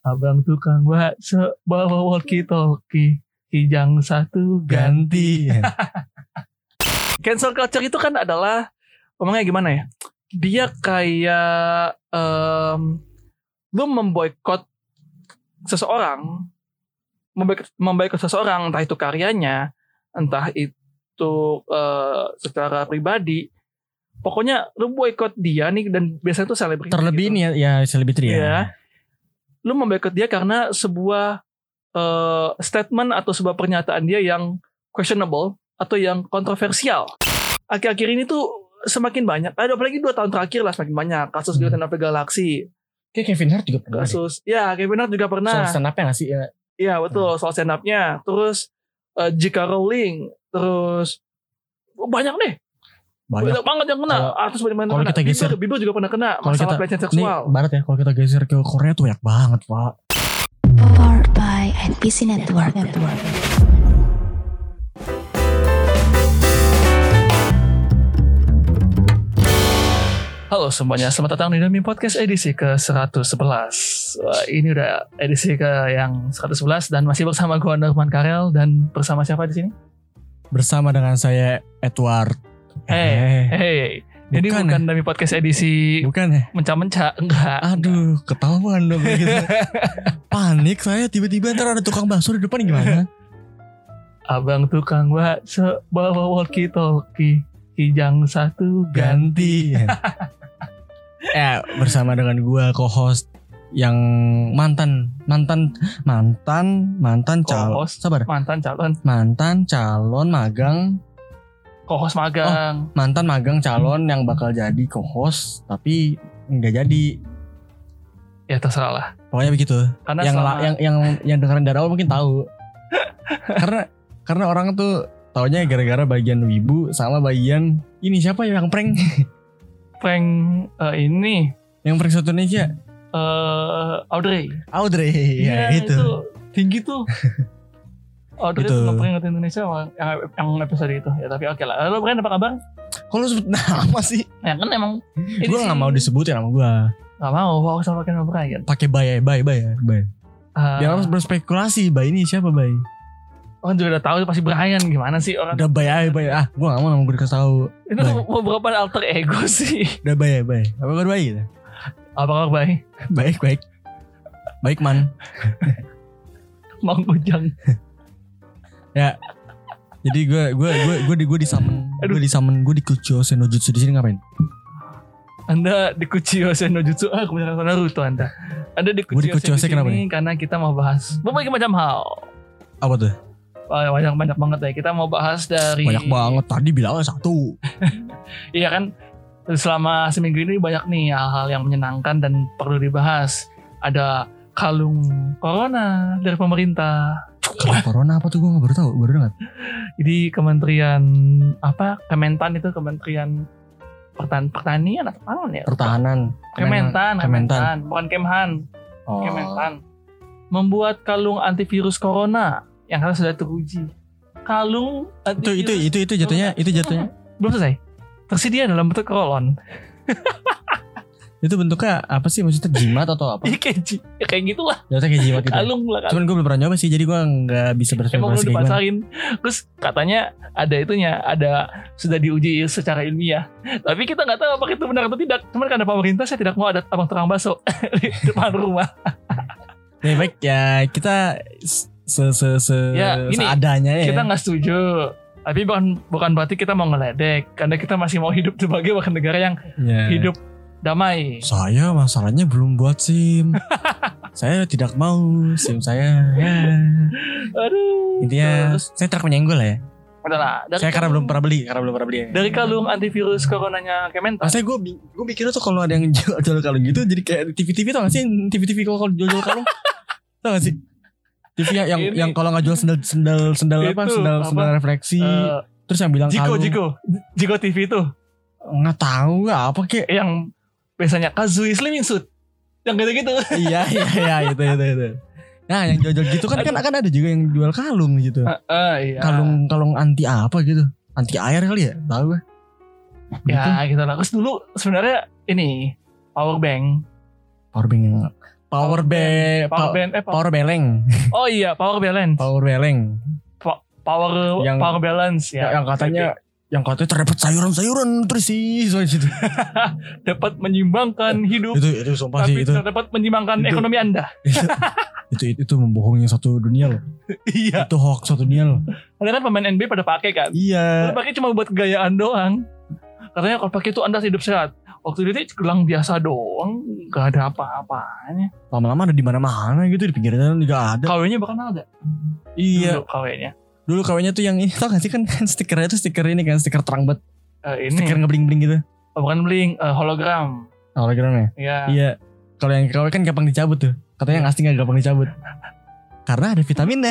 Abang tukang bakso bawa walkie-talkie, kijang satu ganti. Cancel culture itu kan adalah, ngomongnya gimana ya? Dia kayak lu memboikot seseorang, memboikot seseorang, entah itu karyanya, entah itu secara pribadi. Pokoknya lu boikot dia nih, dan biasanya tuh selebriti. Terlebih gitu. ini ya selebriti ya. Lu memboikot dia karena sebuah statement atau sebuah pernyataan dia yang questionable atau yang kontroversial. Akhir-akhir ini tuh semakin banyak. Apalagi 2 tahun terakhir lah semakin banyak kasus Guardians of the Galaxy. Kayak Kevin Hart juga pernah. Kasus, ya Kevin Hart juga pernah. Soal stand up-nya gak sih? Iya betul, soal stand up-nya. Terus J.K. Rowling. Terus banyak deh. Banyak banget yang kena. Artis banyak kalau kita geser, Bieber juga pernah kena masalah pelecehan seksual. Ini barat ya, kalau kita geser ke Korea tuh banyak banget, Pak. Powered by NPC Network. Halo semuanya, selamat datang di Dami Podcast edisi ke-111. Wah, ini udah edisi ke yang 111 dan masih bersama gue Norman Karel, dan bersama siapa di sini? Bersama dengan saya Edward. Hey. Jadi bukan Dami Podcast edisi bukan ya? Menca-menca, enggak. Aduh, ketahuan dong gitu. Panik saya, tiba-tiba ntar ada tukang bakso di depan gimana? Abang tukang bakso bawa walkie-talkie, kijang satu ganti. Bersama dengan gua co-host yang mantan calon magang. Co-host magang. Mantan magang calon yang bakal jadi co-host tapi nggak jadi. Ya terserah lah. Pokoknya begitu. Karena yang dengerin dari awal mungkin tahu. karena orang tuh taunya gara-gara bagian wibu sama bagian ini siapa yang prank? Prank ini. Yang prank satu Indonesia. Audrey. Ya itu. Tinggi tuh. Audrey itu. Tuh prank Indonesia yang episode itu. Ya tapi oke lah. Lo Brian apa kabar? Kok lo sebut nama sih? Ya kan emang. Gue gak mau disebutin sama gue. Gak mau. Fokus sama pakai nama Brian. Pakai bye. Biar harus berspekulasi. Bye ini siapa bye? Orang juga udah tahu pasti Brian, gimana sih orang. Udah bye. Gue gak mau nama gue dikasih tahu. Itu mau berapa alter ego sih? Udah bye. Apa kabar bye gitu? Apa kabar bye? Baik man. Mang Ujang. Ya. Jadi gue disamen gue di Kuchiyose no Jutsu di sini ngapain? Anda di Kuchiyose no Jutsu, kebanyakan Naruto Anda. Anda di Kuchiyose kenapa ini karena kita mau bahas berbagai macam hal. Apa tuh? Banyak banget ya. Kita mau bahas dari. Banyak banget. Tadi bilangnya 1. Iya kan. Selama seminggu ini banyak nih hal-hal yang menyenangkan dan perlu dibahas. Ada kalung corona dari pemerintah. Kalung corona apa tuh, gue baru tahu, baru dengar. Jadi Kementerian Kementan itu Kementerian Pertanian atau Pangan ya? Pertahanan. Kementan, bukan Kemhan. Kementan membuat kalung antivirus corona yang karena sudah teruji. Kalung antivirus itu jatuhnya belum selesai. Tersedia dalam bentuk rolon. Itu bentuknya apa sih, maksudnya jimat atau apa? Iya kayak gitu lah. Jatuhnya kayak jimat gitu. Kalung lah. Cuman gue belum pernah nyoba sih, jadi gue gak bisa berspekulasi. Emang belum dipasarin. Terus katanya ada sudah diuji secara ilmiah. Tapi kita gak tahu apakah itu benar atau tidak. Cuman karena pemerintah, saya tidak mau ada abang tukang bakso di depan rumah. Ya baik ya, kita seadanya ya. Kita gak setuju. Tapi bukan berarti kita mau ngeledek. Karena kita masih mau hidup sebagai warga negara yang hidup damai. Saya masalahnya belum buat SIM. Saya tidak mau SIM saya. Ya. Aduh. Intinya saya tidak menyenggol ya. Udahlah. Saya karena belum pernah beli. Dari kalung antivirus coronanya Kementan. Saya gue mikirnya tuh kalau ada yang jual kalung gitu, jadi kayak TV tau gak sih? TV kalau jual kalung. Tau gak sih? TV yang kalau nggak jual sendal refleksi, terus yang bilang Jiko TV itu nggak tahu apa kayak yang biasanya Kazui Slimming Suit yang gitu-gitu. Iya itu. Nah yang jual gitu kan ada juga yang jual kalung gitu. Iya. Kalung anti apa gitu, anti air kali ya, tahu gue. Ya gitu lah. Terus dulu sebenarnya ini power bank yang Power beleng. Oh iya, power balance. Power beleng. Power balance ya. Yang katanya terdapat sayuran terus sih soal situ. Dapat menyimbangkan hidup. Itu sumpah sih itu. Dapat menyimbangkan ekonomi Anda. itu membohongi satu dunia loh. Iya. Itu hoax satu dunia loh. Karena kan pemain NBA pada pakai kan. Iya. Pakai cuma buat gayaan doang. Katanya kalau pakai itu Anda hidup sehat. Waktu itu gelang biasa doang, gak ada apa-apanya. Lama-lama ada di mana-mana gitu, di pinggir jalan juga ada. KW-nya bahkan ada. Iya. Dulu KW-nya tuh yang ini, tau gak sih kan stikernya tuh stiker ini kan, stiker terang banget. Stiker ngebling-bling gitu. Oh, bukan bling, hologram. Hologramnya? Iya. Kalau yang KW kan gampang dicabut tuh. Katanya yang asli gak gampang dicabut. Karena ada vitaminnya.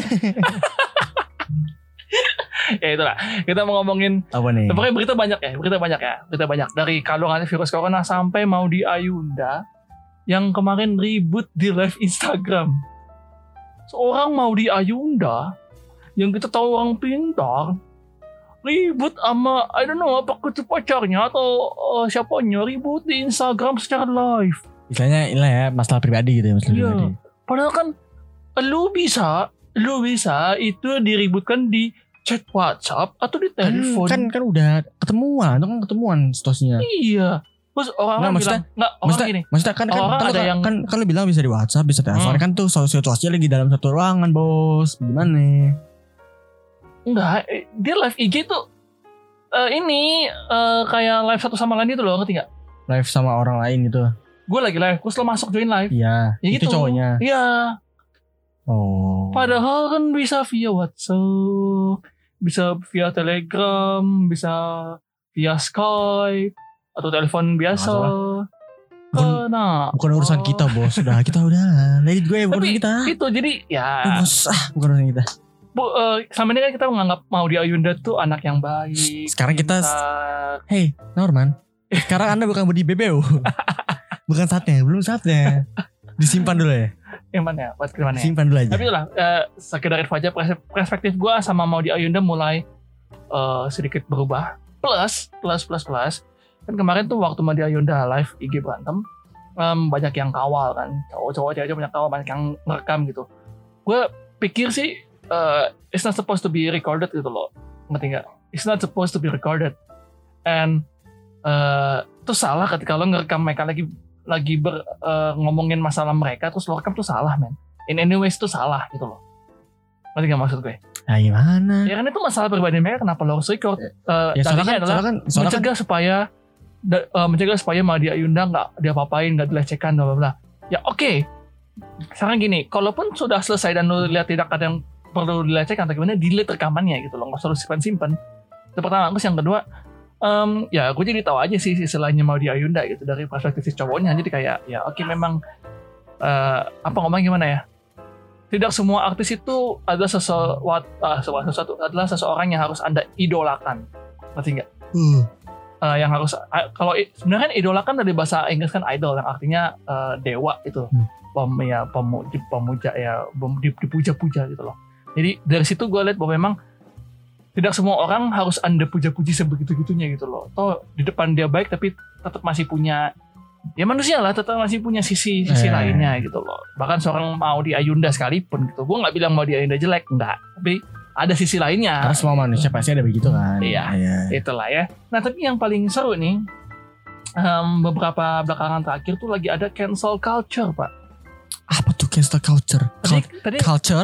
Ya itulah, kita mau ngomongin apa nih? Pokoknya berita banyak dari kalungan virus corona sampai Maudy Ayunda yang kemarin ribut di live Instagram. Seorang Maudy Ayunda yang kita tahu orang pintar ribut sama I don't know apa itu pacarnya atau siapanya ribut di Instagram secara live. Misalnya inilah ya masalah pribadi gitu ya, masalah pribadi. Padahal kan lu bisa itu diributkan di chat WhatsApp atau di telepon. Kan udah ketemuan situasinya. Iya. Terus orang bilang gini. Maksudnya kan ada yang kan lu bilang bisa di WhatsApp, bisa telepon kan tuh situasinya lagi dalam satu ruangan, Bos. Gimana? Enggak, dia live IG tuh kayak live satu sama lain itu loh, ngerti enggak? Live sama orang lain gitu. Gue lagi live, terus lo masuk join live. Iya, ya itu gitu. Cowoknya. Iya. Oh. Padahal kan bisa via WhatsApp, bisa via Telegram, bisa via Skype atau telepon biasa. Bukan urusan kita, Bos. Kita udah. Let it go ya, bukan urusan kita. Itu jadi ya. Bos, bukan urusan kita. Selama ini kan kita menganggap Maudy Ayunda tuh anak yang baik. Sekarang kita hey, Norman. Sekarang Anda bukan Budi BBU. Bukan saatnya, belum saatnya. Disimpan dulu ya. Yang mana ya? Buat kemana ya? Simpan dulu aja. Tapi itulah, sekedar info aja, perspektif gue sama Maudy Ayunda mulai sedikit berubah. Plus. Kan kemarin tuh waktu Maudy Ayunda live IG berantem, banyak yang kawal kan. Cowok-cowok cewek banyak kawal, banyak yang ngerekam gitu. Gue pikir sih, it's not supposed to be recorded gitu loh. Ngerti gak? It's not supposed to be recorded. And itu salah ketika lo ngerekam mereka lagi ngomongin masalah mereka terus lo rekam tuh salah, men. In any ways tuh salah gitu loh. Ngerti gak maksud gue? Nah, gimana? Ya kan itu masalah pribadi mereka, kenapa lo harus record? Tadinya adalah mencegah supaya Maudy Ayunda nggak diapa-apain, nggak dilecehkan, bla bla bla. Ya oke. Sekarang gini, kalaupun sudah selesai dan lo lihat tidak ada yang perlu dilecehkan atau gimana, delete rekamannya gitu loh, nggak usah lo simpan-simpan. Itu pertama. Terus yang kedua, ya gue jadi tahu aja sih istilahnya Maudy Ayunda gitu dari perspektif si cowoknya. Jadi kayak ya oke, memang gimana ya, tidak semua artis itu adalah sesuatu adalah seseorang yang harus Anda idolakan, ngerti nggak? Yang harus kalau sebenarnya kan idolakan dari bahasa Inggris kan idol, yang artinya dewa itu, pemuja ya, dipuja-puja gitu loh. Jadi dari situ gue lihat bahwa memang tidak semua orang harus Anda puja-puji sebegitu-gitunya gitu loh. Toh di depan dia baik tapi tetap masih punya, ya manusia lah, tetap masih punya sisi lainnya gitu loh. Bahkan seorang Maudy Ayunda sekalipun gitu. Gue gak bilang Maudy Ayunda jelek, enggak. Tapi ada sisi lainnya. Karena semua manusia pasti ada begitu kan. Iya, itulah ya. Nah tapi yang paling seru nih, beberapa belakangan terakhir tuh lagi ada cancel culture, Pak. Apa tuh cancel culture? Tadi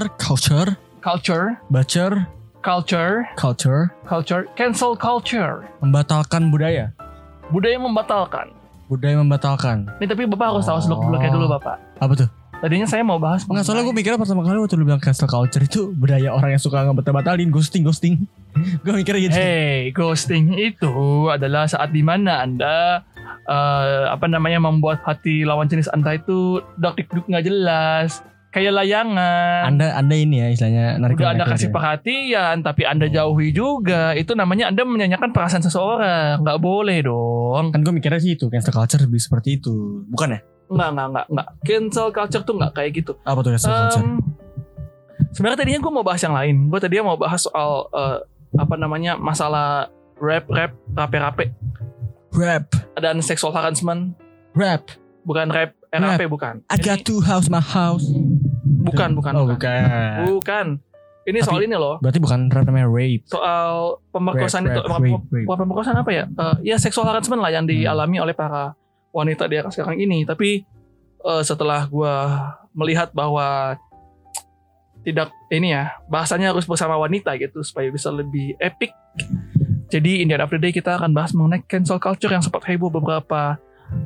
culture, cancel culture. Membatalkan budaya. Budaya membatalkan. Nih tapi Bapak harus tahu seluk-beluknya dulu, Bapak. Apa tuh? Tadinya saya mau bahas. Enggak, soalnya gue mikirnya pertama kali waktu lu bilang cancel culture itu budaya orang yang suka ngebatal-batalin, ghosting. Gue mikirnya gitu. Hey, ghosting itu adalah saat dimana Anda membuat hati lawan jenis Anda itu dak-dik-duk nggak jelas. Kayak layangan. Anda ini ya istilahnya narik. Udah Anda kasih perhatian tapi Anda jauhi juga. Itu namanya Anda menyanyikan perasaan seseorang. Gak boleh dong. Kan gue mikirnya sih itu cancel culture lebih seperti itu. Bukan ya? Enggak. Cancel culture tuh gak kayak gitu. Apa tuh cancel culture? Sebenarnya tadinya gue mau bahas yang lain. Gue tadinya mau bahas soal masalah rape. Rap. Dan sexual harassment. Rap. Bukan rap RAP bukan. I got to house my house. Bukan. Oh bukan. Bukan. Ini Tapi, soal ini loh. Berarti bukan rap, namanya rape. Soal pemerkosaan itu. Rape. Pemerkosaan apa ya? Ya seksual harassment lah yang dialami oleh para wanita di era sekarang ini. Tapi setelah gue melihat bahwa tidak ini ya, bahasanya harus bersama wanita gitu supaya bisa lebih epic. Jadi in the end of the day kita akan bahas mengenai cancel culture yang sempat heboh beberapa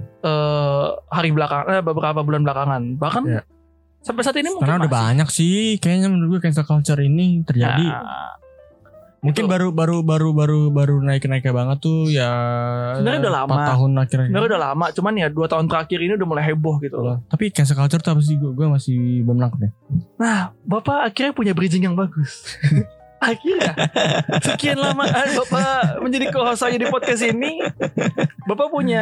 beberapa bulan belakangan. Bahkan sampai saat ini mungkin karena udah banyak sih kayaknya menurut gue cancel culture ini terjadi. Mungkin baru naik-naiknya banget tuh ya. Sebenarnya udah lama. 4 tahun akhirnya. Sebenarnya udah lama, cuman ya 2 tahun terakhir ini udah mulai heboh gitu loh. Tapi cancel culture tuh apa sih? Gue masih belum nangkep deh. Nah, Bapak akhirnya punya bridging yang bagus. Akhirnya sekian lama Bapak menjadi co-host saya di podcast ini, Bapak punya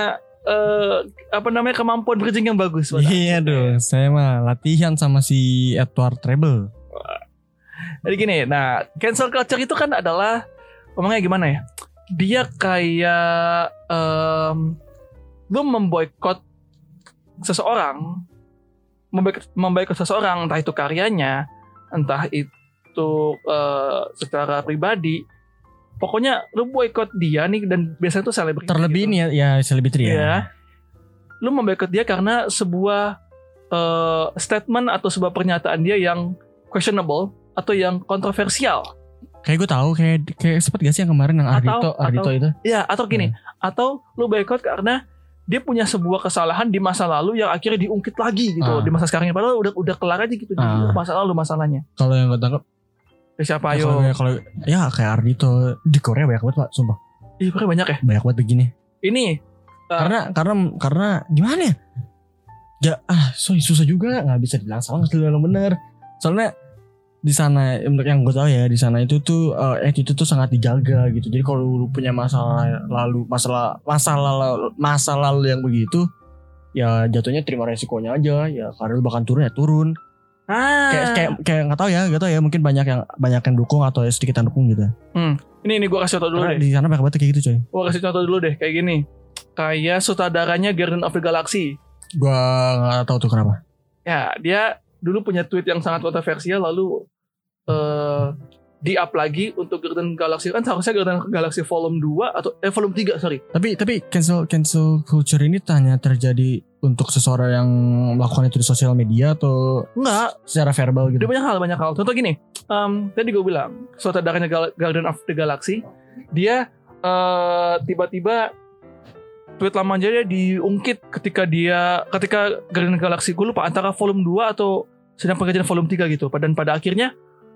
kemampuan bridging yang bagus. Iya dong, saya mah latihan sama si Edward Treble. Jadi gini, nah cancel culture itu kan adalah ngomongnya gimana ya? Dia kayak lu memboikot seseorang, entah itu karyanya, entah itu secara pribadi. Pokoknya lu boikot dia nih, dan biasanya tuh selebriti. Terlebih gitu. nih ya selebriti ya. Lu memboikot dia karena sebuah statement atau sebuah pernyataan dia yang questionable atau yang kontroversial. Kayak gue tahu kayak sempat gak sih yang kemarin yang Ardhito itu? Ya, atau gini, atau lu boikot karena dia punya sebuah kesalahan di masa lalu yang akhirnya diungkit lagi gitu di masa sekarang ini, padahal udah kelar aja gitu masa lalu masalahnya. Kalau yang gue tangkap siapa ayo? Kalau ya kayak Ardhito di Korea banyak banget Pak, sumpah. Iya, Korea banyak ya? Banyak banget begini. Ini karena gimana ya? Ya susah juga, nggak bisa dibilang salah nggak dibilang benar. Soalnya di sana yang gue tahu ya, di sana itu tuh attitude tuh sangat dijaga gitu. Jadi kalau lu punya masa lalu yang begitu, ya jatuhnya terima resikonya aja. Ya karena lu bakal turun ya turun. Kayak nggak tahu ya, mungkin banyak yang dukung atau sedikit yang dukung gitu. Ini gue kasih contoh dulu deh. Di sana banyak banget kayak gitu coy. Gue kasih contoh dulu deh kayak gini. Kayak sutradaranya Guardian of the Galaxy. Gue nggak tahu tuh kenapa. Ya, dia dulu punya tweet yang sangat kontroversial, lalu di-up lagi untuk Guardian Galaxy. Kan seharusnya Guardian Galaxy volume 2 atau volume 3 sorry. Tapi cancel culture ini hanya terjadi untuk seseorang yang melakukan itu di sosial media atau enggak secara verbal gitu? Dia banyak hal. Contoh gini, tadi gue bilang sutradaranya Guardian of the Galaxy, dia tiba-tiba tweet lama aja dia diungkit ketika Guardian Galaxy, gue lupa antara volume 2 atau sedang pengerjaan volume 3 gitu. Dan pada akhirnya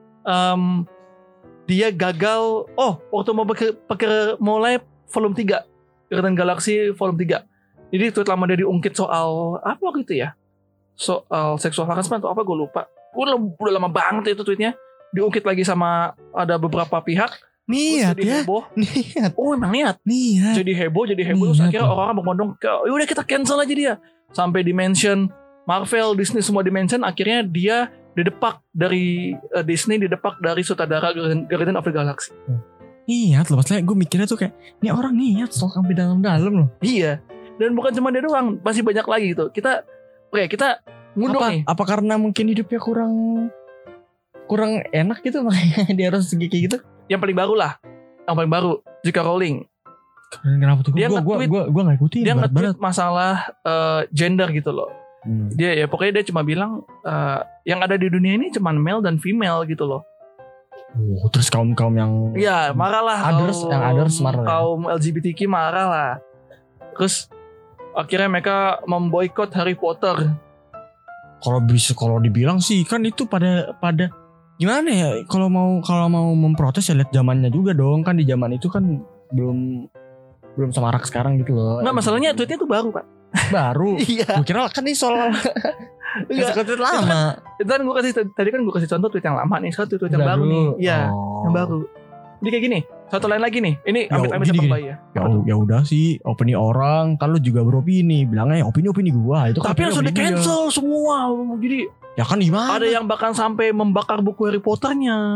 dia gagal waktu mau mulai volume 3 Guardian Galaxy volume 3. Jadi tweet lama dia diungkit soal apa gitu ya, soal seksual harassment atau apa, gue lupa. Udah lama banget itu tweetnya, diungkit lagi sama ada beberapa pihak. Niat ya, heboh. Niat. Oh emang niat. Jadi heboh. Terus akhirnya orang-orang berbondong, udah kita cancel aja dia. Sampai di-mention Marvel, Disney semua di-mention. Akhirnya dia didepak dari Disney, didepak dari sutradara Guardian of the Galaxy. Niat loh, maksudnya gue mikirnya tuh kayak ini orang niat sok sampai dalam-dalam loh. Iya. Dan bukan cuma dia doang, masih banyak lagi gitu. Kita mundur nih. Apa karena mungkin hidupnya kurang enak gitu makanya dia harus kayak gitu? Yang paling baru J.K. Rowling. Kenapa tuh? Gue nggak ikutin. Dia nge-tweet masalah gender gitu loh. Dia ya pokoknya dia cuma bilang yang ada di dunia ini cuma male dan female gitu loh. Terus kaum yang marah lah. Others marah. Kaum LGBTQ marah lah. Terus akhirnya mereka memboikot Harry Potter. Kalau dibilang sih kan itu pada gimana ya, kalau mau memprotes ya lihat zamannya juga dong, kan di zaman itu kan belum semarak sekarang gitu loh. Enggak, masalahnya tweetnya tuh baru, Pak. Baru. Iya. Gue kira kan ini soal tweet lama. Itu kan gue kasih contoh tweet yang lama nih, sekarang tweet yang baru nih. Iya, yang baru. Jadi kayak gini, satu lain lagi nih. Ini amit-amit apa Mbak ya? Ya udah sih, opini orang, kan lu juga beropini, bilangnya opini gua itu. Tapi kan sudah cancel semua. Jadi ya kan gimana? Ada yang bahkan sampai membakar buku Harry Potternya.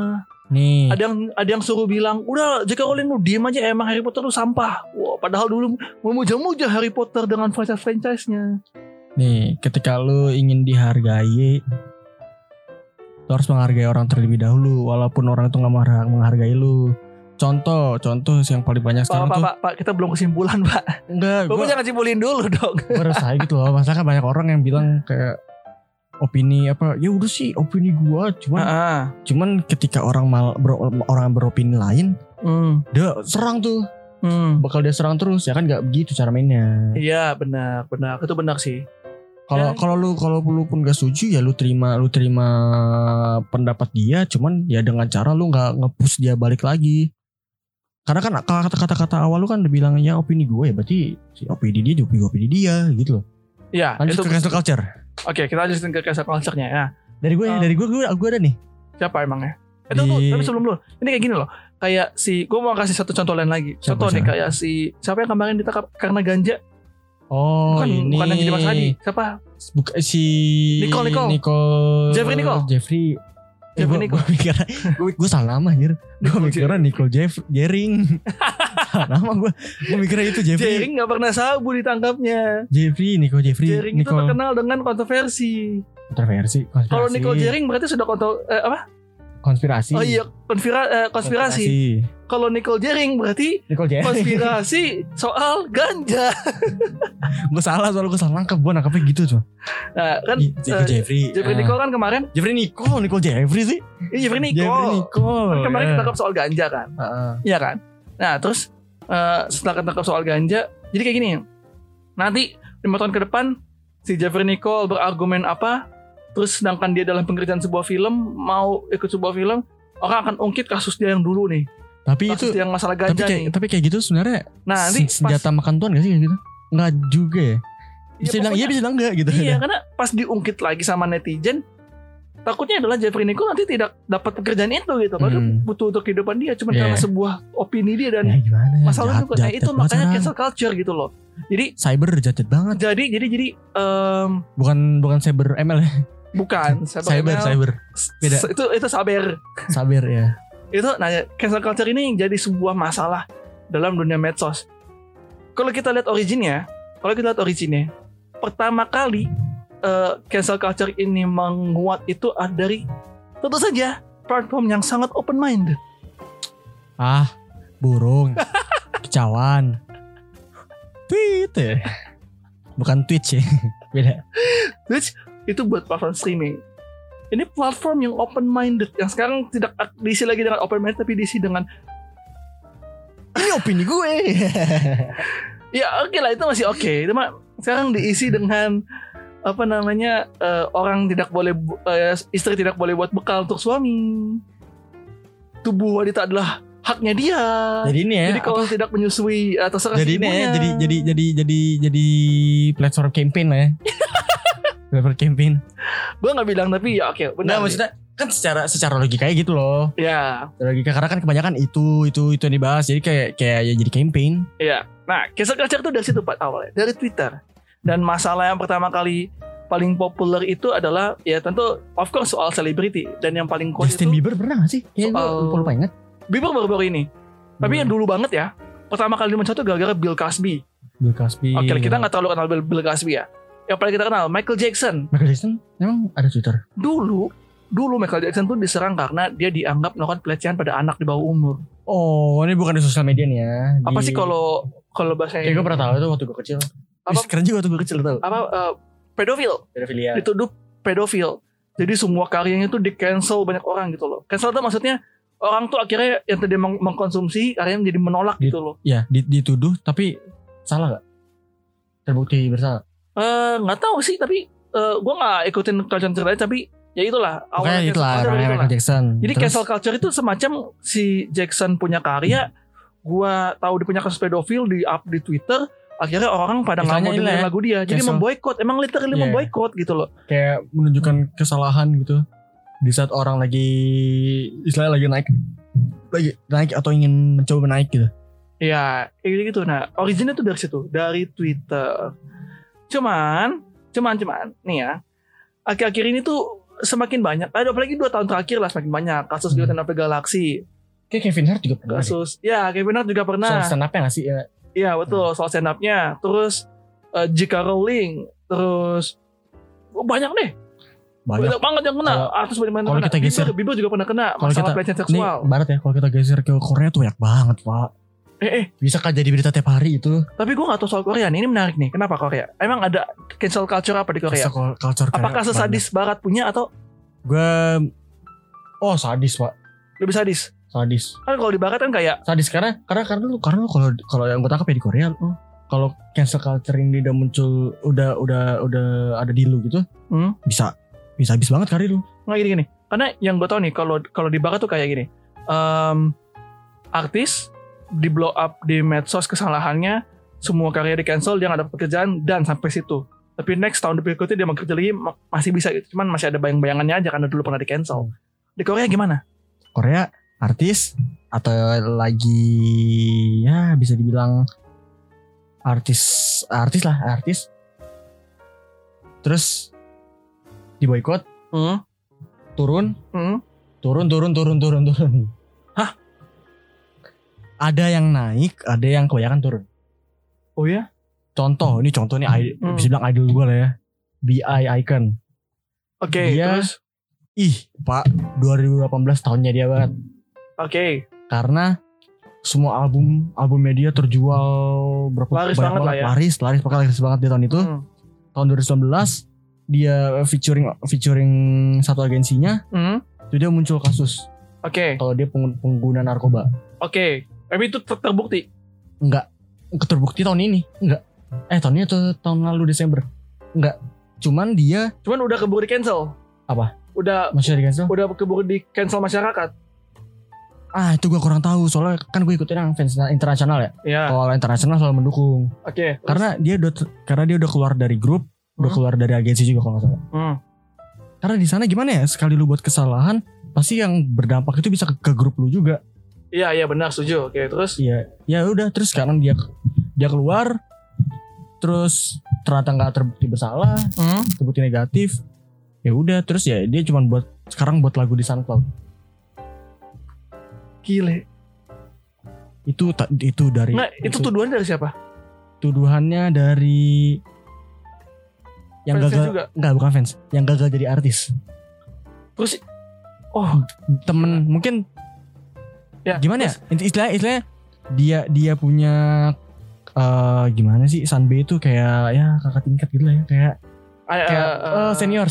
Nih. Ada yang suruh bilang, udah J.K. Rowling lu diem aja, emang Harry Potter lu sampah. Wah, padahal dulu memuja-muja Harry Potter dengan franchise-nya. Nih, ketika lu ingin dihargai, lu harus menghargai orang terlebih dahulu, walaupun orang itu nggak menghargai lu. Contoh yang paling banyak sekarang tuh. Pak, kita belum kesimpulan, Pak. Enggak, Bapak jangan simpulin dulu dong. Gue rasa gitu loh. Masa kan banyak orang yang bilang kayak opini apa, ya udah sih opini gua, cuman ketika orang beropini lain, dia serang tuh. Bakal dia serang terus, ya kan nggak begitu cara mainnya. Iya, benar, itu benar sih. Kalau lu pun gak setuju, ya lu terima pendapat dia, cuman ya dengan cara lu nggak nge-push dia balik lagi. Karena kan kata-kata awal lu kan udah bilang ya opini gue, ya berarti si opini dia juga opini dia gitu loh. Iya, lanjut ke cancel culture. Oke, kita lanjutin ke cancel culture-nya ya. Dari gue ada nih. Siapa emangnya? Tapi sebelum lu, ini kayak gini loh. Kayak gue mau kasih satu contoh lain lagi. Contoh nih kayak siapa yang kemarin ditangkap karena ganja? Oh, bukan yang jadi Mas Hadi. Siapa? Nicole. Jeffrey Nicole. Gue salah nama anjir. Gue mikirnya Nicole Jering. Nama gue mikirnya itu Jeffrey. Jering gak pernah sabu ditangkapnya. Jeffrey Jering itu terkenal dengan kontroversi. Kalau Nicole Jering berarti sudah konspirasi. Oh iya, konspirasi. Kalau Nicole Jering berarti konspirasi soal ganja. Gue salah, soalnya gue salah nangkapnya gitu tuh. Nah, kan Jeffrey Nicole kan kemarin. Nicole Jeffrey sih. Iya, Jeffrey Nicole. Kan kemarin ketangkap soal ganja kan. Iya kan. Nah terus setelah ketangkap soal ganja, jadi kayak gini. Nanti 5 tahun ke depan si Jeffrey Nicole berargumen apa? Terus sedangkan dia dalam pengerjaan sebuah film, mau ikut sebuah film, orang akan ungkit kasus dia yang dulu nih. Tapi kasus itu yang masalah ganja nih. Tapi kayak gitu sebenarnya senjata makan tuan gak sih kayak gitu? Enggak juga ya. Bisa bilang iya, bisa bilang enggak gitu. Iya, karena pas diungkit lagi sama netizen, takutnya adalah Jeffrey Nicole nanti tidak dapat pekerjaan itu gitu. Padahal butuh untuk kehidupan dia, cuma karena sebuah opini dia dan masalah itu makanya cancel culture gitu loh. Jadi cyber jahat banget. Jadi bukan cyber ML ya. Bukan cyber. Beda. Itu saber ya. Itu cancel culture ini jadi sebuah masalah dalam dunia medsos. Kalau kita lihat originnya, pertama kali cancel culture ini menguat itu dari tentu saja platform yang sangat open minded. Burung, kecawan. Twitter. Bukan Twitch ya. Beda. Twitch itu buat platform streaming. Ini platform yang open minded, yang sekarang tidak diisi lagi dengan open minded, tapi diisi dengan ini opini gue. Ya oke lah, itu masih oke. Cuma sekarang diisi dengan orang tidak boleh istri tidak boleh buat bekal untuk suami. Tubuh wanita adalah haknya dia. Jadi kalau tidak menyusui atau serasi ibunya. Jadi platform campaign lah ya. Platform campaign. Gue nggak bilang, tapi ya oke. Benar. Nah, maksudnya kan secara logika gitu loh. Ya. Logika, karena kan kebanyakan itu yang dibahas. Jadi kayak ya jadi campaign. Iya. Nah, cancel culture itu dari situ Pak awalnya, dari Twitter. Dan masalah yang pertama kali paling populer itu adalah ya tentu of course soal selebriti, dan yang paling kuat Justin Bieber pernah gak sih? Kayaknya lupa ingat. Bieber baru-baru ini. Tapi yang dulu banget ya. Pertama kali dimention itu gara-gara Bill Cosby. Oke, kita gak terlalu kenal Bill Cosby ya. Yang paling kita kenal Michael Jackson. Emang ada Twitter? Dulu Michael Jackson tuh diserang karena dia dianggap melakukan pelecehan pada anak di bawah umur. Oh, ini bukan di sosial media nih ya. Apa sih kalau bahasanya? Kayak gue pernah tahu itu waktu gue kecil. Keren juga waktu gue kecil tahu. Pedofilia. Dituduh pedofil. Jadi semua karyanya tuh di cancel banyak orang gitu loh. Cancel tuh maksudnya orang tuh akhirnya yang tadi mengkonsumsi karyanya menjadi menolak gitu loh. Iya, dituduh tapi salah gak? Terbukti bersalah? Nggak tahu sih, tapi gue nggak ikutin culture ceritanya, tapi ya itulah awalnya Michael Jackson. Jadi cancel culture itu semacam si Jackson punya karya, gue tahu dia punya kasus pedofil di up di Twitter, akhirnya orang pada nggak mau dengerin lagu dia, jadi memboikot, emang literally memboikot gitu loh. Kayak menunjukkan kesalahan gitu di saat orang lagi istilahnya lagi naik atau ingin mencoba naik gitu. Iya, kayak gitu. Nah, originnya tuh dari situ, dari Twitter. Cuman nih ya, akhir-akhir ini tuh semakin banyak. Apalagi 2 tahun terakhir lah semakin banyak kasus Guardian of the Galaxy. Kayak Kevin Hart juga pernah. Kasus, ya Kevin Hart juga pernah. Soal stand up-nya nggak sih? Iya betul, soal stand up-nya. Terus J.K. Rowling. Terus banyak deh. Banyak banget yang kena. Artis banyak kalau kita geser, Bieber juga pernah kena masalah pelecehan seksual. Nih, barat ya. Kalau kita geser ke Korea tuh banyak banget, Pak. Bisa kan jadi berita tiap hari itu. Tapi gue gak tahu soal Korea nih. Ini menarik nih. Kenapa Korea? Emang ada cancel culture apa di Korea? Culture apakah sesadis barat punya atau? Sadis, Pak. Lebih sadis. Kan kalau di barat kan kayak sadis karena lu kalau yang gue tangkap ya di Korea, kalau cancel culture ini udah muncul, udah ada di lu gitu, bisa habis banget karir lu. Nggak gini. Karena yang gue tahu nih, kalau di barat tuh kayak gini, artis di blow up di medsos kesalahannya, semua karya di cancel, dia nggak dapat pekerjaan dan sampai situ. Tapi next tahun berikutnya dia mau kerja lagi masih bisa gitu. Cuman masih ada bayang-bayangannya aja karena dulu pernah di cancel. Di Korea gimana? Korea artis atau lagi ya bisa dibilang artis. Terus diboikot, turun. Hah? Ada yang naik, ada yang kebanyakan turun. Oh ya? Contoh nih bisa bilang idol gue lah ya. BI Icon. Oke, terus? Pak, 2018 tahunnya dia banget. Oke. Karena semua album media terjual laris banget lah ya. Laris banget di tahun itu. Tahun 2019 dia featuring satu agensinya. Itu dia muncul kasus. Oke. Kalau dia pengguna narkoba. Oke. Tapi itu terbukti? Enggak. Terbukti tahun ini. Enggak. Tahun ini atau tahun lalu Desember. Enggak. Cuman udah keburu di cancel. Apa? Masih di cancel? Udah keburu di cancel masyarakat. Itu gue kurang tahu, soalnya kan gue ikutin yang fans internasional ya. Iya. Kalau internasional selalu mendukung. Oke. Karena dia udah keluar dari grup, udah keluar dari agensi juga kalau nggak salah. Karena di sana gimana ya, sekali lu buat kesalahan, pasti yang berdampak itu bisa ke grup lu juga. Iya benar, setuju. Oke, terus? Iya. Ya udah, terus sekarang dia keluar, terus ternyata nggak terbukti bersalah, terbukti negatif. Ya udah, terus ya dia cuma buat lagu di SoundCloud. Gile. Itu dari. Nah, itu tuduhannya dari siapa? Tuduhannya dari yang fans gagal juga? Enggak, bukan fans. Yang gagal jadi artis. Terus temen mungkin ya, gimana ya? Istilahnya dia punya gimana sih? Sanbe itu kayak ya kakak tingkat gitu lah ya, kayak senior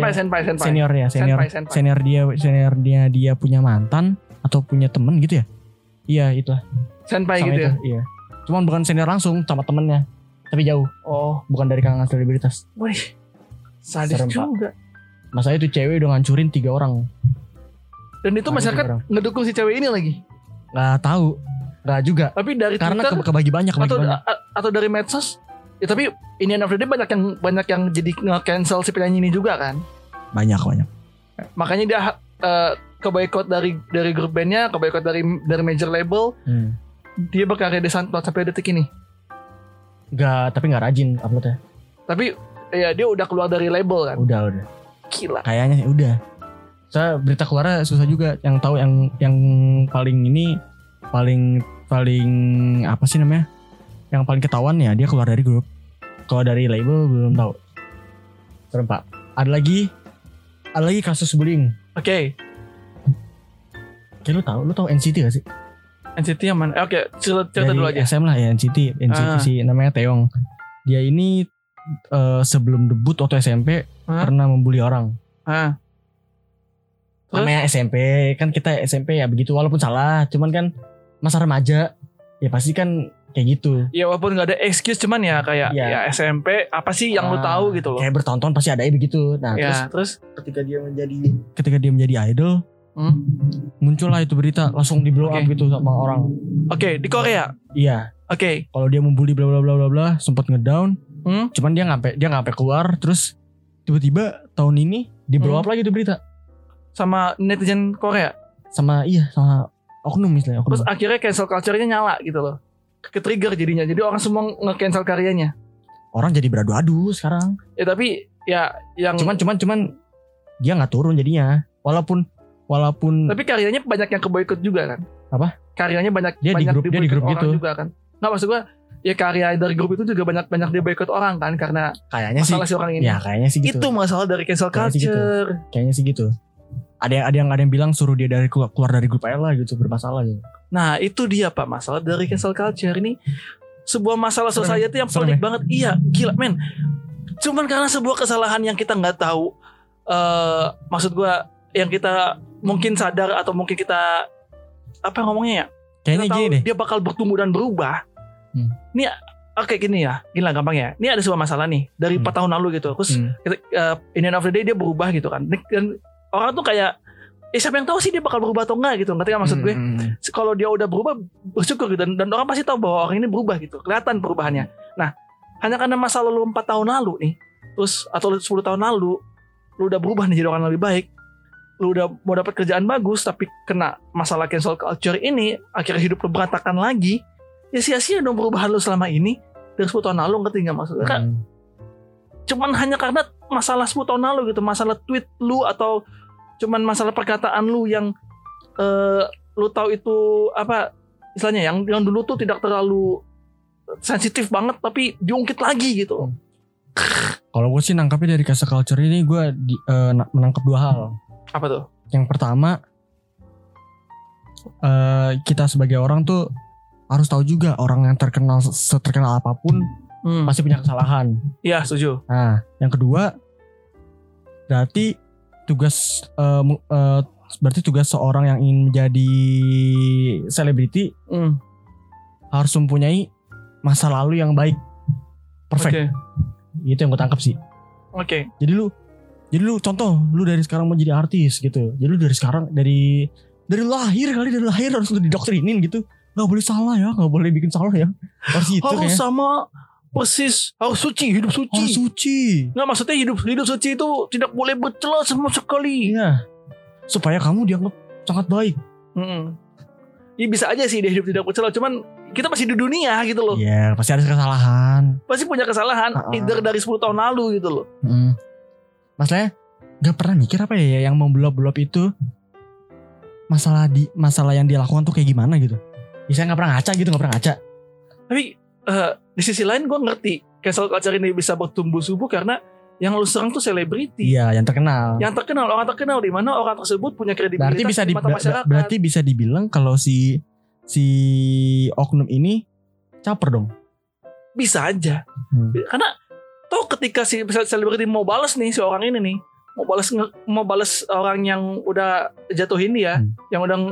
dia punya mantan atau punya temen gitu ya. Iya, itulah. Senpai gitu ya. Iya. Cuman bukan senior langsung, sama temennya, tapi jauh. Bukan dari kalangan selebritas. Wih, sadis juga. Masa itu cewek udah ngancurin 3 orang. Dan itu masyarakat ngedukung si cewek ini lagi. Nggak tahu, nggak juga. Tapi dari karena Twitter, kebagi banyak. Atau dari medsos. Ya, tapi ini of the day banyak yang jadi nge-cancel si penyanyi ini juga kan. Banyak. Makanya dia keboikot dari grup bandnya, keboikot dari major label. Dia berkarya di SoundCloud sampai detik ini. Tapi nggak rajin uploadnya. Tapi ya dia udah keluar dari label kan. Udah. Gila. Kayaknya udah. Saya berita keluar susah juga. Yang tahu yang paling apa sih namanya? Yang paling ketahuan ya dia keluar dari grup. Kalau dari label belum tahu. Serem, Pak. Ada lagi kasus bullying. Oke. Lu tahu NCT gak sih? NCT yang mana? Oke, cerita dulu aja. SM lah ya, NCT sih namanya Taeyong. Dia ini sebelum debut waktu SMP pernah membuli orang. Namanya SMP, kan kita SMP ya begitu, walaupun salah, cuman kan masa remaja ya pasti kan kayak gitu. Ya walaupun gak ada excuse, cuman ya kayak ya SMP apa sih yang lu tahu gitu loh. Kayak bertonton pasti ada begitu. Nah, terus ketika dia menjadi idol, muncullah itu berita, langsung di blow up gitu sama orang. Oke, di Korea. Iya. Oke. Kalau dia membuli bla bla bla bla bla, sempat ngedown. Cuman dia nggak sampai keluar, terus tiba-tiba tahun ini di blow up lagi tuh berita. Sama netizen Korea. Sama oknum misalnya. Terus akhirnya cancel culture-nya nyala gitu loh. Ke-trigger jadinya. Jadi orang semua nge-cancel karyanya. Orang jadi beradu-adu sekarang. Ya tapi ya yang cuman dia nggak turun jadinya. Walaupun tapi karyanya banyak yang keboikot juga kan? Apa? Karyanya banyak dia di grup orang gitu juga kan? Nggak, maksud gue ya karya dari grup itu juga banyak dia boikot orang kan karena kayaknya masalah si orang ini. Ya kayaknya sih gitu. Itu masalah dari cancel culture. Kayaknya sih gitu. Ada yang bilang suruh dia keluar dari grup aja lah gitu, bermasalah gitu. Nah itu dia Pak, masalah dari cancel culture ini sebuah masalah society yang pelik banget. Iya gila men. Cuman karena sebuah kesalahan yang kita nggak tahu, maksud gue yang kita mungkin sadar atau mungkin kita apa ngomongnya ya? Kayaknya gini deh. Dia bakal bertumbuh dan berubah. Ini oke gini ya, gini lah gampang ya. Ini ada sebuah masalah nih dari 4 tahun lalu gitu. Terus in the end of the day dia berubah gitu kan. Dan orang tuh kayak siapa yang tahu sih dia bakal berubah atau enggak gitu. Ngerti gak maksud gue? Kalau dia udah berubah bersyukur gitu. Dan orang pasti tahu bahwa orang ini berubah gitu. Kelihatan perubahannya. Nah hanya karena masa lalu 4 tahun lalu nih, terus atau 10 tahun lalu lu udah berubah nih jadi orang lebih baik, lu udah mau dapat kerjaan bagus tapi kena masalah cancel culture ini, akhirnya hidup lu berantakan lagi, ya sia-sia dong perubahan lu selama ini dari 10 tahun lalu. Ngerti gak maksudnya? Kan cuman hanya karena masalah 10 tahun lalu gitu, masalah tweet lu atau cuman masalah perkataan lu yang lu tahu itu apa istilahnya yang dulu tuh tidak terlalu sensitif banget tapi diungkit lagi gitu. Kalau gue sih nangkapnya dari cancel culture ini gue menangkap 2 hal. Apa tuh? Yang pertama, kita sebagai orang tuh harus tahu juga orang yang seterkenal apapun pasti punya kesalahan. Iya, setuju. Nah, yang kedua, berarti tugas seorang yang ingin menjadi selebriti harus mempunyai masa lalu yang baik, perfect. Itu yang gue tangkap sih. Jadi lu contoh, lu dari sekarang mau jadi artis gitu. Jadi lu dari sekarang dari lahir harus lu didoktrinin gitu. Gak boleh salah ya, gak boleh bikin salah ya. Harus gitu harus ya. Sama persis, harus suci, hidup suci. Harus suci. Nggak, maksudnya hidup suci itu tidak boleh bercela sama sekali. Iya. Supaya kamu dianggap sangat baik. Ya bisa aja sih dia hidup tidak bercela, cuman kita masih di dunia gitu loh. Iya, pasti ada kesalahan. Pasti punya kesalahan, either dari 10 tahun lalu gitu loh. Masalahnya gak pernah mikir apa ya yang membelop-belop itu masalah yang dia lakukan tuh kayak gimana gitu. Bisa gak pernah ngaca gitu, gak pernah ngaca. Tapi di sisi lain gue ngerti cancel culture ini bisa bertumbuh subur karena yang lu serang tuh selebriti. Iya, yang terkenal. Orang terkenal di mana orang tersebut punya kredibilitas di mata masyarakat. Berarti bisa dibilang kalau si oknum ini caper dong. Bisa aja. Karena toh ketika si selebriti mau balas nih si orang ini nih, mau balas orang yang udah jatuhin dia, yang udah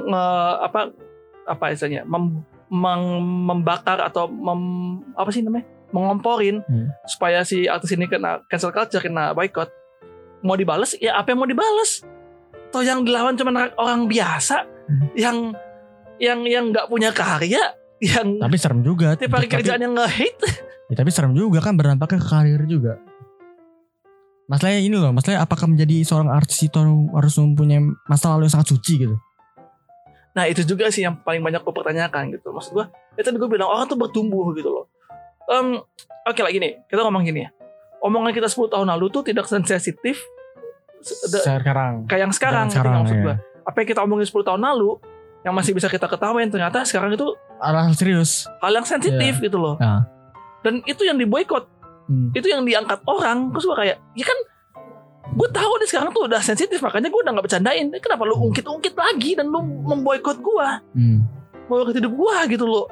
apa istilahnya membakar atau apa sih namanya? Mengomporin supaya si artis ini kena cancel culture, kena boycott. Mau dibalas ya apa yang mau dibalas? Toh yang dilawan cuma orang biasa yang nggak punya karya, yang tapi serem juga. Tipe kerjaan yang nge-hate. Ya, tapi serem juga kan, berdampaknya ke karir juga. Masalahnya ini loh, masalahnya apakah menjadi seorang artis itu harus mempunyai masa lalu yang sangat suci gitu. Nah itu juga sih yang paling banyak gue pertanyakan gitu. Maksud gue, ya tadi gue bilang orang tuh bertumbuh gitu loh. Oke lah gini, kita ngomong gini ya. Omongan kita 10 tahun lalu tuh tidak sensitif sekarang. Kayak yang sekarang gitu, maksud gue. Apa yang kita omongin 10 tahun lalu yang masih bisa kita ketawain, ternyata sekarang itu hal serius, hal yang sensitif gitu loh. Dan itu yang diboykot, itu yang diangkat orang. Terus gue kayak, ya kan gue tahu nih sekarang tuh udah sensitif, makanya gue udah gak bercandain. Kenapa lu ungkit-ungkit lagi dan lu memboykot gue, memboykot hidup gue gitu loh.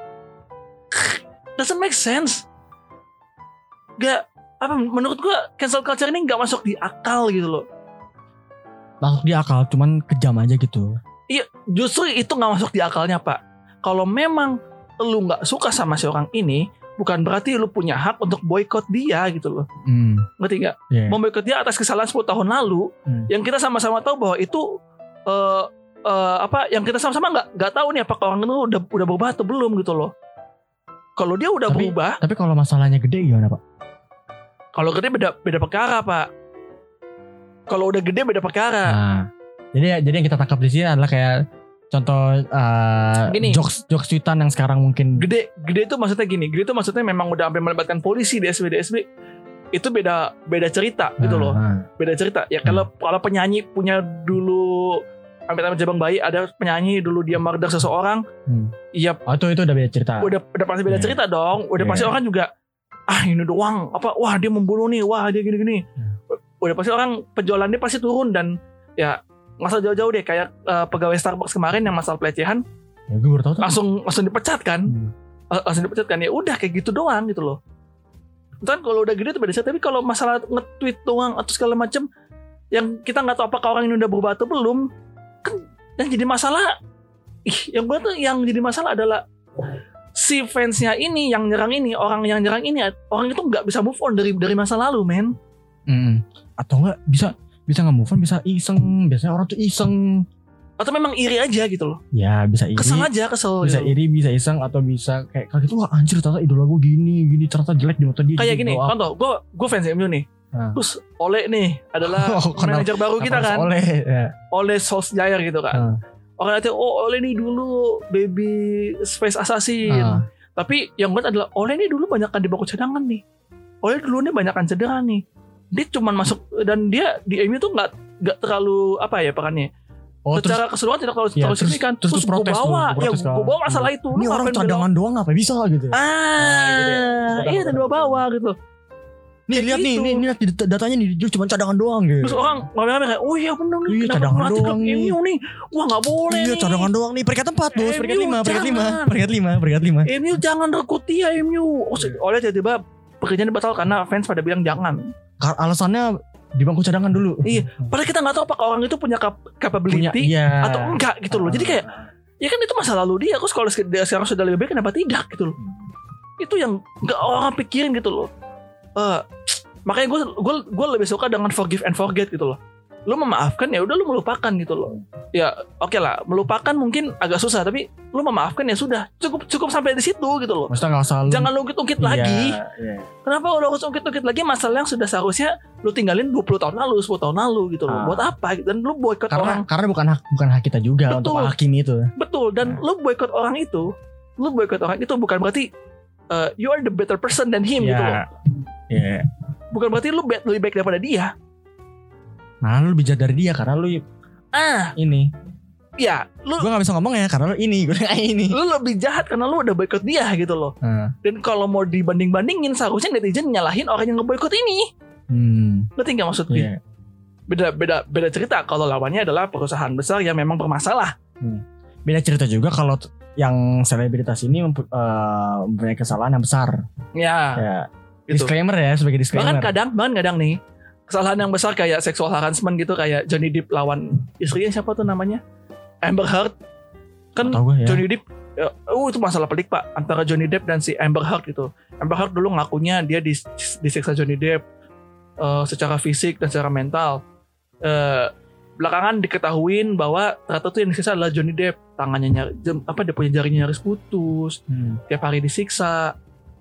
Doesn't make sense. Gak, menurut gue cancel culture ini gak masuk di akal gitu loh. Masuk di akal, cuman kejam aja gitu. Iya, justru itu gak masuk di akalnya Pak. Kalau memang lu gak suka sama si orang ini, bukan berarti lu punya hak untuk boykot dia gitu loh. Ngerti gak? Yeah. Memboykot dia atas kesalahan 10 tahun lalu, yang kita sama-sama tahu bahwa itu yang kita sama-sama gak tahu nih apakah orang itu udah berubah atau belum gitu loh. Kalau dia udah berubah. Tapi kalau masalahnya gede gimana Pak? Kalau gede beda perkara Pak. Kalau udah gede beda perkara. Nah, jadi yang kita tangkap di sini adalah kayak contoh jokes tweetan yang sekarang mungkin gede itu maksudnya gini. Gede itu maksudnya memang udah sampai melibatkan polisi di SB. itu beda cerita gitu loh. Beda cerita. Ya kalau penyanyi punya dulu amit-amit jabang bayi, ada penyanyi dulu dia murder seseorang. Iya. Itu udah beda cerita. Udah pasti beda cerita dong. Udah pasti orang juga ini doang wah dia membunuh nih, wah dia gini-gini. Udah pasti orang penjualannya pasti turun dan ya nggak usah jauh-jauh deh kayak pegawai Starbucks kemarin yang masalah pelecehan. Ya, gue baru tahu tuh. Langsung dipecat kan. Langsung dipecat kan. Ya udah kayak gitu doang gitu loh. Kan kalau udah gede itu beda cerita. Tapi kalau masalah nge-tweet doang atau segala macam yang kita nggak tahu apakah orang ini udah berubah atau belum, kan yang jadi masalah yang jadi masalah adalah si fansnya ini yang nyerang ini, orang yang nyerang ini, orang itu nggak bisa move on dari masa lalu, men. Atau nggak bisa nggak move on, bisa iseng. Biasanya orang tuh iseng. Atau memang iri aja gitu loh. Ya bisa iri. Kesel. Bisa gitu. Iri, bisa iseng, atau bisa kayak gitu, wah anjir ternyata idola gue gini ternyata jelek di mata dia. Kayak gini, contoh gue fans MU nih. Terus Ole nih adalah manajer baru kita kan. Ole Solskjaer gitu kan. Orang nanti Ole nih dulu baby space assassin. Tapi yang gue adalah Ole nih dulu banyakan di bangku cadangan nih. Ole dulu nih banyakan cedera nih. Dia cuman masuk dan dia di MU tuh nggak terlalu perannya. Secara keseluruhan tidak terlalu signifikan. Terus gue bawa masalah itu. Ini orang cadangan doang apa bisa gitu. Iya dan bawa gitu. Nih lihat nih datanya nih dia cuma cadangan doang gitu. Terus orang ngomong kayak, oh iya benar nih. Iya cadangan doang nih. Wah nggak boleh. Iya cadangan doang nih. Peringkat 4 bos. Peringkat 5. MU jangan rekrut dia MU. Oleh tiba-tiba pekerjaan batal karena fans pada bilang jangan. Alasannya di bangku cadangan dulu. Iya. Padahal kita nggak tahu apakah orang itu punya capability atau enggak gitu loh. Jadi kayak ya kan itu masa lalu dia. Terus kalau dia sekarang sudah lebih baik kenapa tidak gitu loh. Itu yang nggak orang pikirin gitu loh. Makanya gue lebih suka dengan forgive and forget gitu loh. Lu memaafkan ya udah lu melupakan gitu loh. Ya oke lah, melupakan mungkin agak susah tapi lu memaafkan ya sudah cukup sampai di situ gitu loh. Maksudnya jangan lu ungkit-ungkit lagi. Kenapa lu harus ungkit-ungkit lagi masalah yang sudah seharusnya lu tinggalin 20 tahun lalu, 10 tahun lalu gitu loh. Buat apa? Dan lu boikot orang. Karena bukan hak kita juga untuk menghakimi itu. Betul, dan lu boikot orang itu bukan berarti you are the better person than him gitu loh. Bukan berarti lu lebih baik daripada dia. Nah lu lebih jahat dari dia karena lu ini. Ya, gue gak bisa ngomong ya karena lu ini. Lu lebih jahat karena lu udah boikot dia gitu loh. Dan kalau mau dibanding-bandingin seharusnya netizen nyalahin orang yang nge-boikot ini. Ngerti gak maksud gue? Beda cerita kalau lawannya adalah perusahaan besar yang memang bermasalah. Beda cerita juga kalau yang selebritas ini mempunyai kesalahan yang besar. Ya. Gitu. Disclaimer ya, sebagai disclaimer. Bahkan kadang nih kesalahan yang besar kayak sexual harassment gitu, kayak Johnny Depp lawan istrinya siapa tuh namanya, Amber Heard kan. Johnny Depp itu masalah pelik pak antara Johnny Depp dan si Amber Heard gitu. Amber Heard dulu ngakunya dia disiksa Johnny Depp secara fisik dan secara mental. Belakangan diketahuin bahwa ternyata tuh yang disiksa adalah Johnny Depp. Tangannya dia punya jarinya nyaris putus, tiap hari disiksa.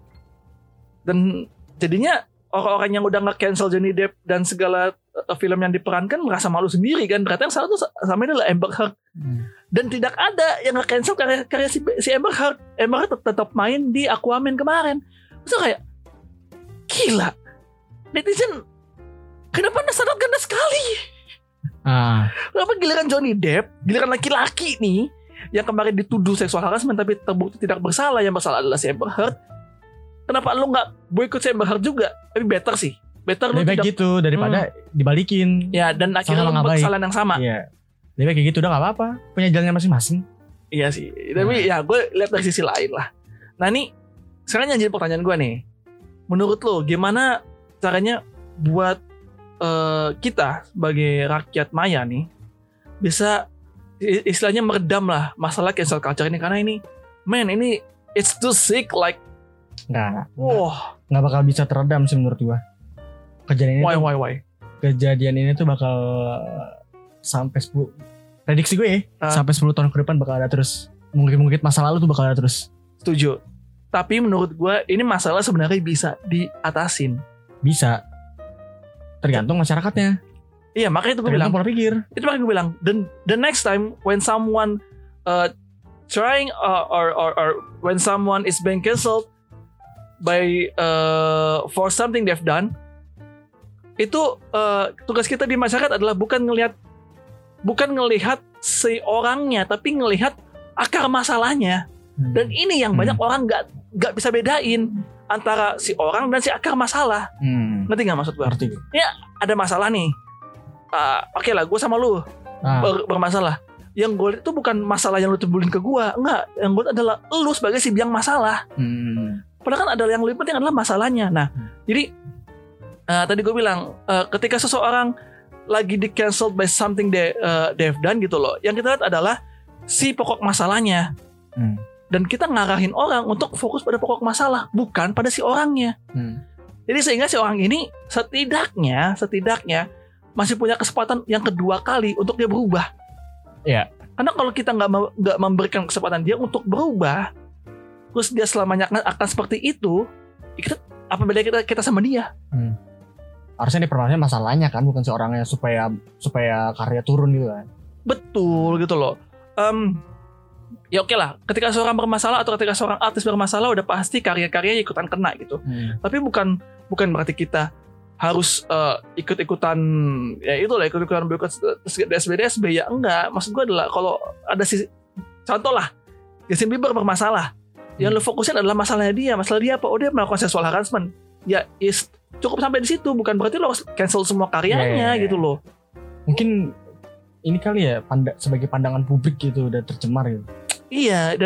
Dan jadinya orang-orang yang udah nge-cancel Johnny Depp dan segala film yang diperankan merasa malu sendiri kan. Ternyata yang salah tuh sama ini adalah Amber Heard. Dan tidak ada yang nge-cancel karya si Amber Heard. Amber Heard tetap main di Aquaman kemarin. Terus kayak gila. Netizen kenapa sangat ganda sekali. Kenapa giliran Johnny Depp, giliran laki-laki nih yang kemarin dituduh seksual harassment tapi terbukti tidak bersalah, yang bersalah adalah si Amber Heard. Kenapa lu gak boikot si Amber Heard juga? Tapi better lu lebih baik gitu daripada dibalikin. Ya, dan akhirnya lu buat kesalahan yang sama. Iya. Lebih baik kayak gitu udah gak apa-apa. Punya jalannya masing-masing. Iya sih. Tapi ya gue lihat dari sisi lain lah. Nah nih, sekarang yang jadi pertanyaan gue nih. Menurut lo gimana caranya buat kita sebagai rakyat maya nih bisa istilahnya meredam lah masalah cancel culture ini, karena ini it's too sick like nggak bakal bisa teredam sih menurut gua. Kejadian ini kejadian ini tuh bakal sampai 10 prediksi gue sampai 10 tahun ke depan bakal ada terus. Mungkin masa lalu tuh bakal ada terus. Setuju. Tapi menurut gua ini masalah sebenarnya bisa diatasin. Bisa. Tergantung masyarakatnya. Iya, makanya itu gue bilang pola pikir. Itu makanya gue bilang the next time when someone trying or when someone is being cancelled by for something they've done, Itu tugas kita di masyarakat adalah bukan ngelihat si orangnya, tapi ngelihat akar masalahnya. Dan ini yang banyak orang nggak bisa bedain antara si orang dan si akar masalah. Ngerti nggak maksud gue? Ngerti. Ya ada masalah nih. Oke lah, gue sama lu bermasalah. Yang gue lihat itu bukan masalah yang lu timbulin ke gue, enggak. Yang gue lihat adalah lu sebagai si biang masalah. Padahal kan ada yang lebih penting adalah masalahnya. Nah, jadi tadi gue bilang ketika seseorang lagi di cancelled by something they've done gitu loh, yang kita lihat adalah si pokok masalahnya. Dan kita ngarahin orang untuk fokus pada pokok masalah, bukan pada si orangnya. Jadi sehingga si orang ini setidaknya masih punya kesempatan yang kedua kali untuk dia berubah. Iya. Karena kalau kita nggak memberikan kesempatan dia untuk berubah, terus dia selamanya akan seperti itu, apa beda kita sama dia? Harusnya dipermasalahin masalahnya kan, bukan si orangnya supaya karya turun gitu kan. Betul gitu loh. Ya oke lah, ketika seorang bermasalah atau ketika seorang artis bermasalah udah pasti karya-karyanya ikutan kena gitu. Tapi bukan berarti kita harus ikut-ikutan ya itulah ikut-ikutan boykot DSB ya enggak. Maksud gue adalah kalau ada contoh lah Justin Bieber bermasalah, yang lu fokusin adalah masalah dia apa? Oh dia melakukan sexual harassment. Ya cukup sampai di situ, bukan berarti lo harus cancel semua karyanya gitu loh. Mungkin ini kali ya sebagai pandangan publik gitu udah tercemar gitu. Iya,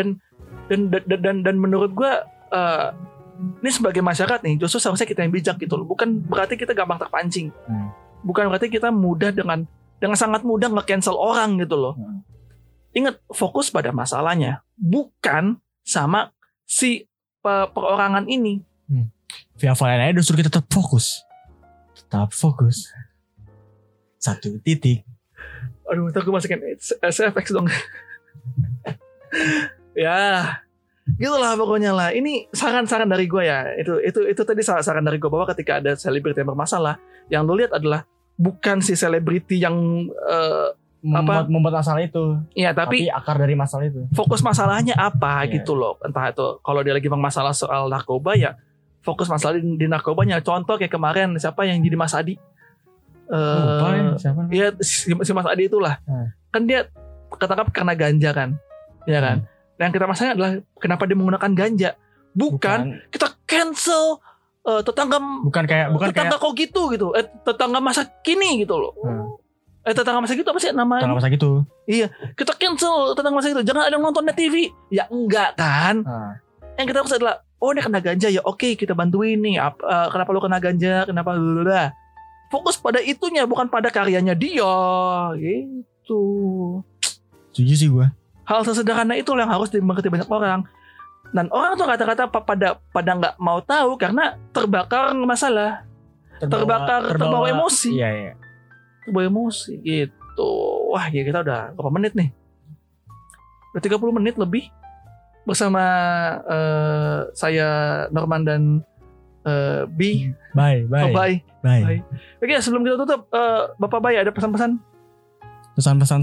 dan menurut gue ini sebagai masyarakat nih justru seharusnya kita yang bijak gitu loh. Bukan berarti kita gampang terpancing. Bukan berarti kita mudah dengan sangat mudah nge-cancel orang gitu loh. Ingat, fokus pada masalahnya, bukan sama si perorangan ini. Via Valen aja disuruh kita tetap fokus. Satu titik. Aduh, ntar gue masukin SFX dong. Ya, gitulah pokoknya lah. Ini saran-saran dari gue ya. Itu tadi saran dari gue bahwa ketika ada selebriti yang bermasalah, yang lo lihat adalah bukan si selebriti yang membuat masalah itu. Iya, tapi akar dari masalah itu. Fokus masalahnya apa gitu loh. Entah itu kalau dia lagi bermasalah soal narkoba ya fokus masalah di narkobanya. Contoh kayak kemarin siapa yang jadi Mas Adi? Siapa? Iya, si Mas Adi itulah. Kan dia ketangkap karena ganja kan. Ya kan? Yang kita masalahnya adalah kenapa dia menggunakan ganja. Bukan kita cancel tetangga kok gitu. Tetangga masa kini gitu loh. Tetangga masa gitu apa sih namanya? Tetangga masa gitu. Iya, kita cancel tetangga masa gitu. Jangan ada yang nonton net TV. Ya enggak kan? Yang kita harus adalah dia kena ganja ya. Oke, kita bantuin nih. Kenapa lu kena ganja? Kenapa lu fokus pada itunya, bukan pada karyanya dia. Gitu. Setuju sih gue. Hal sesederhana itu yang harus dimengerti banyak orang. Dan orang tuh kata-kata pada nggak mau tahu karena terbakar masalah, terbawa emosi. Iya. Terbawa emosi gitu. Wah, ya kita udah berapa menit nih? Udah 30 menit lebih bersama saya Norman dan B. Bye. Oke, sebelum kita tutup, Bapak Bay ada pesan-pesan? Pesan-pesan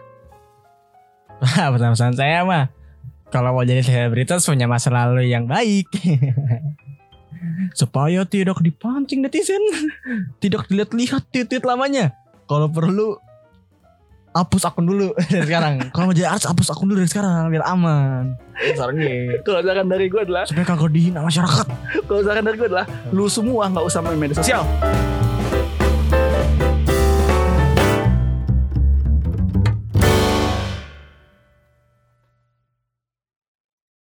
saya mah kalau mau jadi selebritas punya masa lalu yang baik. Supaya tidak dipancing netizen, tidak dilihat-lihat tweet lamanya. Kalau perlu hapus akun dulu dari sekarang. Kalau mau jadi artis hapus akun dulu dari sekarang biar aman. Kalau saran dari gue adalah supaya kagak dihina masyarakat. Kalau saran dari gue adalah lu semua nggak usah main media sosial.